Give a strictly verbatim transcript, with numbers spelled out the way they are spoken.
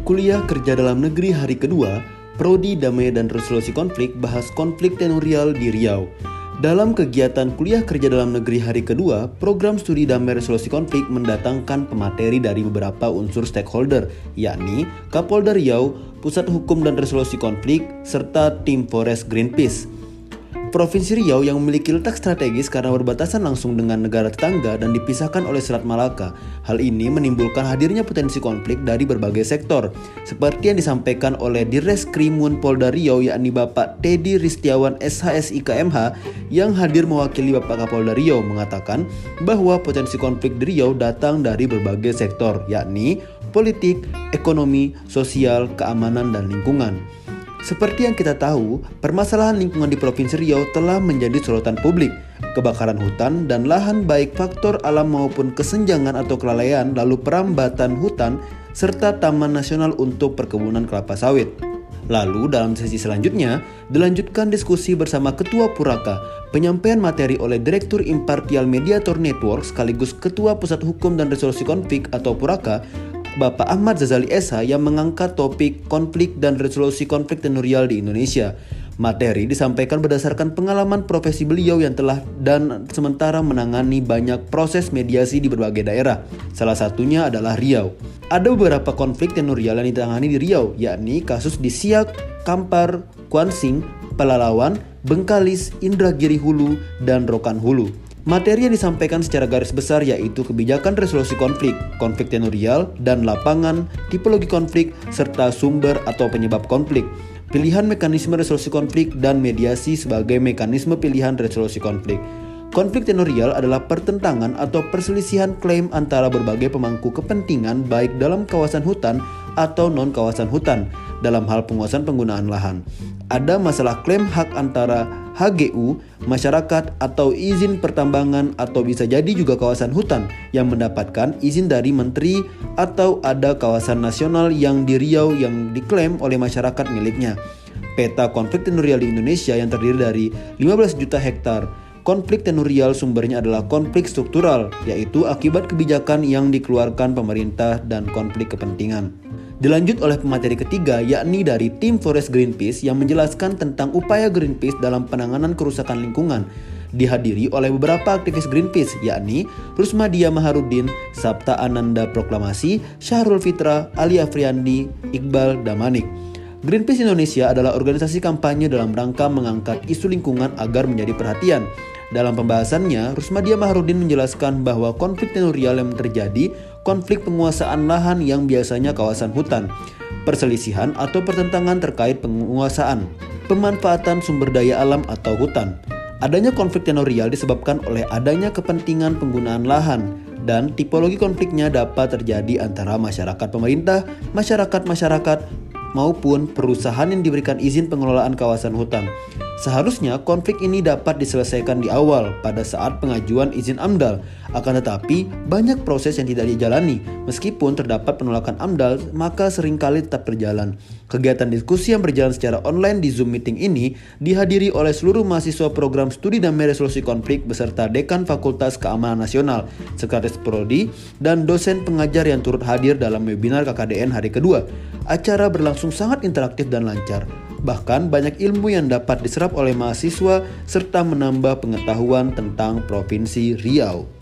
Kuliah Kerja Dalam Negeri hari kedua, Prodi Damai dan Resolusi Konflik bahas konflik tenurial di Riau. Dalam kegiatan Kuliah Kerja Dalam Negeri hari kedua, Program Studi Damai Resolusi Konflik mendatangkan pemateri dari beberapa unsur stakeholder, yakni Kapolda Riau, Pusat Hukum dan Resolusi Konflik, serta Tim Forest Greenpeace. Provinsi Riau yang memiliki letak strategis karena berbatasan langsung dengan negara tetangga dan dipisahkan oleh Selat Malaka. Hal ini menimbulkan hadirnya potensi konflik dari berbagai sektor. Seperti yang disampaikan oleh Direskrimun Polda Riau yakni Bapak Teddy Ristiawan S H S I K M H yang hadir mewakili Bapak Kapolda Riau mengatakan bahwa potensi konflik di Riau datang dari berbagai sektor yakni politik, ekonomi, sosial, keamanan, dan lingkungan. Seperti yang kita tahu, permasalahan lingkungan di Provinsi Riau telah menjadi sorotan publik. Kebakaran hutan dan lahan baik faktor alam maupun kesenjangan atau kelalaian, lalu perambatan hutan, serta Taman Nasional untuk Perkebunan Kelapa Sawit. Lalu dalam sesi selanjutnya, dilanjutkan diskusi bersama Ketua Puraka, penyampaian materi oleh Direktur Impartial Mediator Network sekaligus Ketua Pusat Hukum dan Resolusi Konflik atau Puraka, Bapak Ahmad Zazali S H yang mengangkat topik konflik dan resolusi konflik tenurial di Indonesia. Materi disampaikan berdasarkan pengalaman profesi beliau yang telah dan sementara menangani banyak proses mediasi di berbagai daerah. Salah satunya adalah Riau. Ada beberapa konflik tenurial yang ditangani di Riau, yakni kasus di Siak, Kampar, Kuansing, Pelalawan, Bengkalis, Indragiri Hulu, dan Rokan Hulu. Materi yang disampaikan secara garis besar yaitu kebijakan resolusi konflik, konflik tenurial, dan lapangan, tipologi konflik, serta sumber atau penyebab konflik, pilihan mekanisme resolusi konflik, dan mediasi sebagai mekanisme pilihan resolusi konflik. Konflik tenurial adalah pertentangan atau perselisihan klaim antara berbagai pemangku kepentingan baik dalam kawasan hutan atau non-kawasan hutan dalam hal penguasaan penggunaan lahan. Ada masalah klaim hak antara H G U, masyarakat, atau izin pertambangan atau bisa jadi juga kawasan hutan yang mendapatkan izin dari menteri, atau ada kawasan nasional yang di Riau yang diklaim oleh masyarakat miliknya. Peta konflik tenurial di Indonesia yang terdiri dari lima belas juta hektar. Konflik tenurial sumbernya adalah konflik struktural, yaitu akibat kebijakan yang dikeluarkan pemerintah dan konflik kepentingan. Dilanjut oleh pemateri ketiga yakni dari Tim Forest Greenpeace yang menjelaskan tentang upaya Greenpeace dalam penanganan kerusakan lingkungan. Dihadiri oleh beberapa aktivis Greenpeace yakni Rusmadia Maharudin, Sabta Ananda Proklamasi, Syahrul Fitra, Ali Afriandi, Iqbal Damanik. Greenpeace Indonesia adalah organisasi kampanye dalam rangka mengangkat isu lingkungan agar menjadi perhatian. Dalam pembahasannya, Rusmadia Maharudin menjelaskan bahwa konflik tenurial yang terjadi konflik penguasaan lahan yang biasanya kawasan hutan, perselisihan atau pertentangan terkait penguasaan, pemanfaatan sumber daya alam atau hutan. Adanya konflik tenurial disebabkan oleh adanya kepentingan penggunaan lahan, dan tipologi konfliknya dapat terjadi antara masyarakat pemerintah, masyarakat-masyarakat, maupun perusahaan yang diberikan izin pengelolaan kawasan hutan. Seharusnya konflik ini dapat diselesaikan di awal pada saat pengajuan izin AMDAL. Akan tetapi banyak proses yang tidak dijalani. Meskipun terdapat penolakan AMDAL, maka seringkali tetap berjalan. Kegiatan diskusi yang berjalan secara online di Zoom meeting ini dihadiri oleh seluruh mahasiswa program studi damai resolusi konflik beserta Dekan Fakultas Keamanan Nasional, Sekretaris Prodi, dan dosen pengajar yang turut hadir dalam webinar K K D N hari kedua. Acara berlangsung sangat interaktif dan lancar. Bahkan banyak ilmu yang dapat diserap oleh mahasiswa serta menambah pengetahuan tentang Provinsi Riau.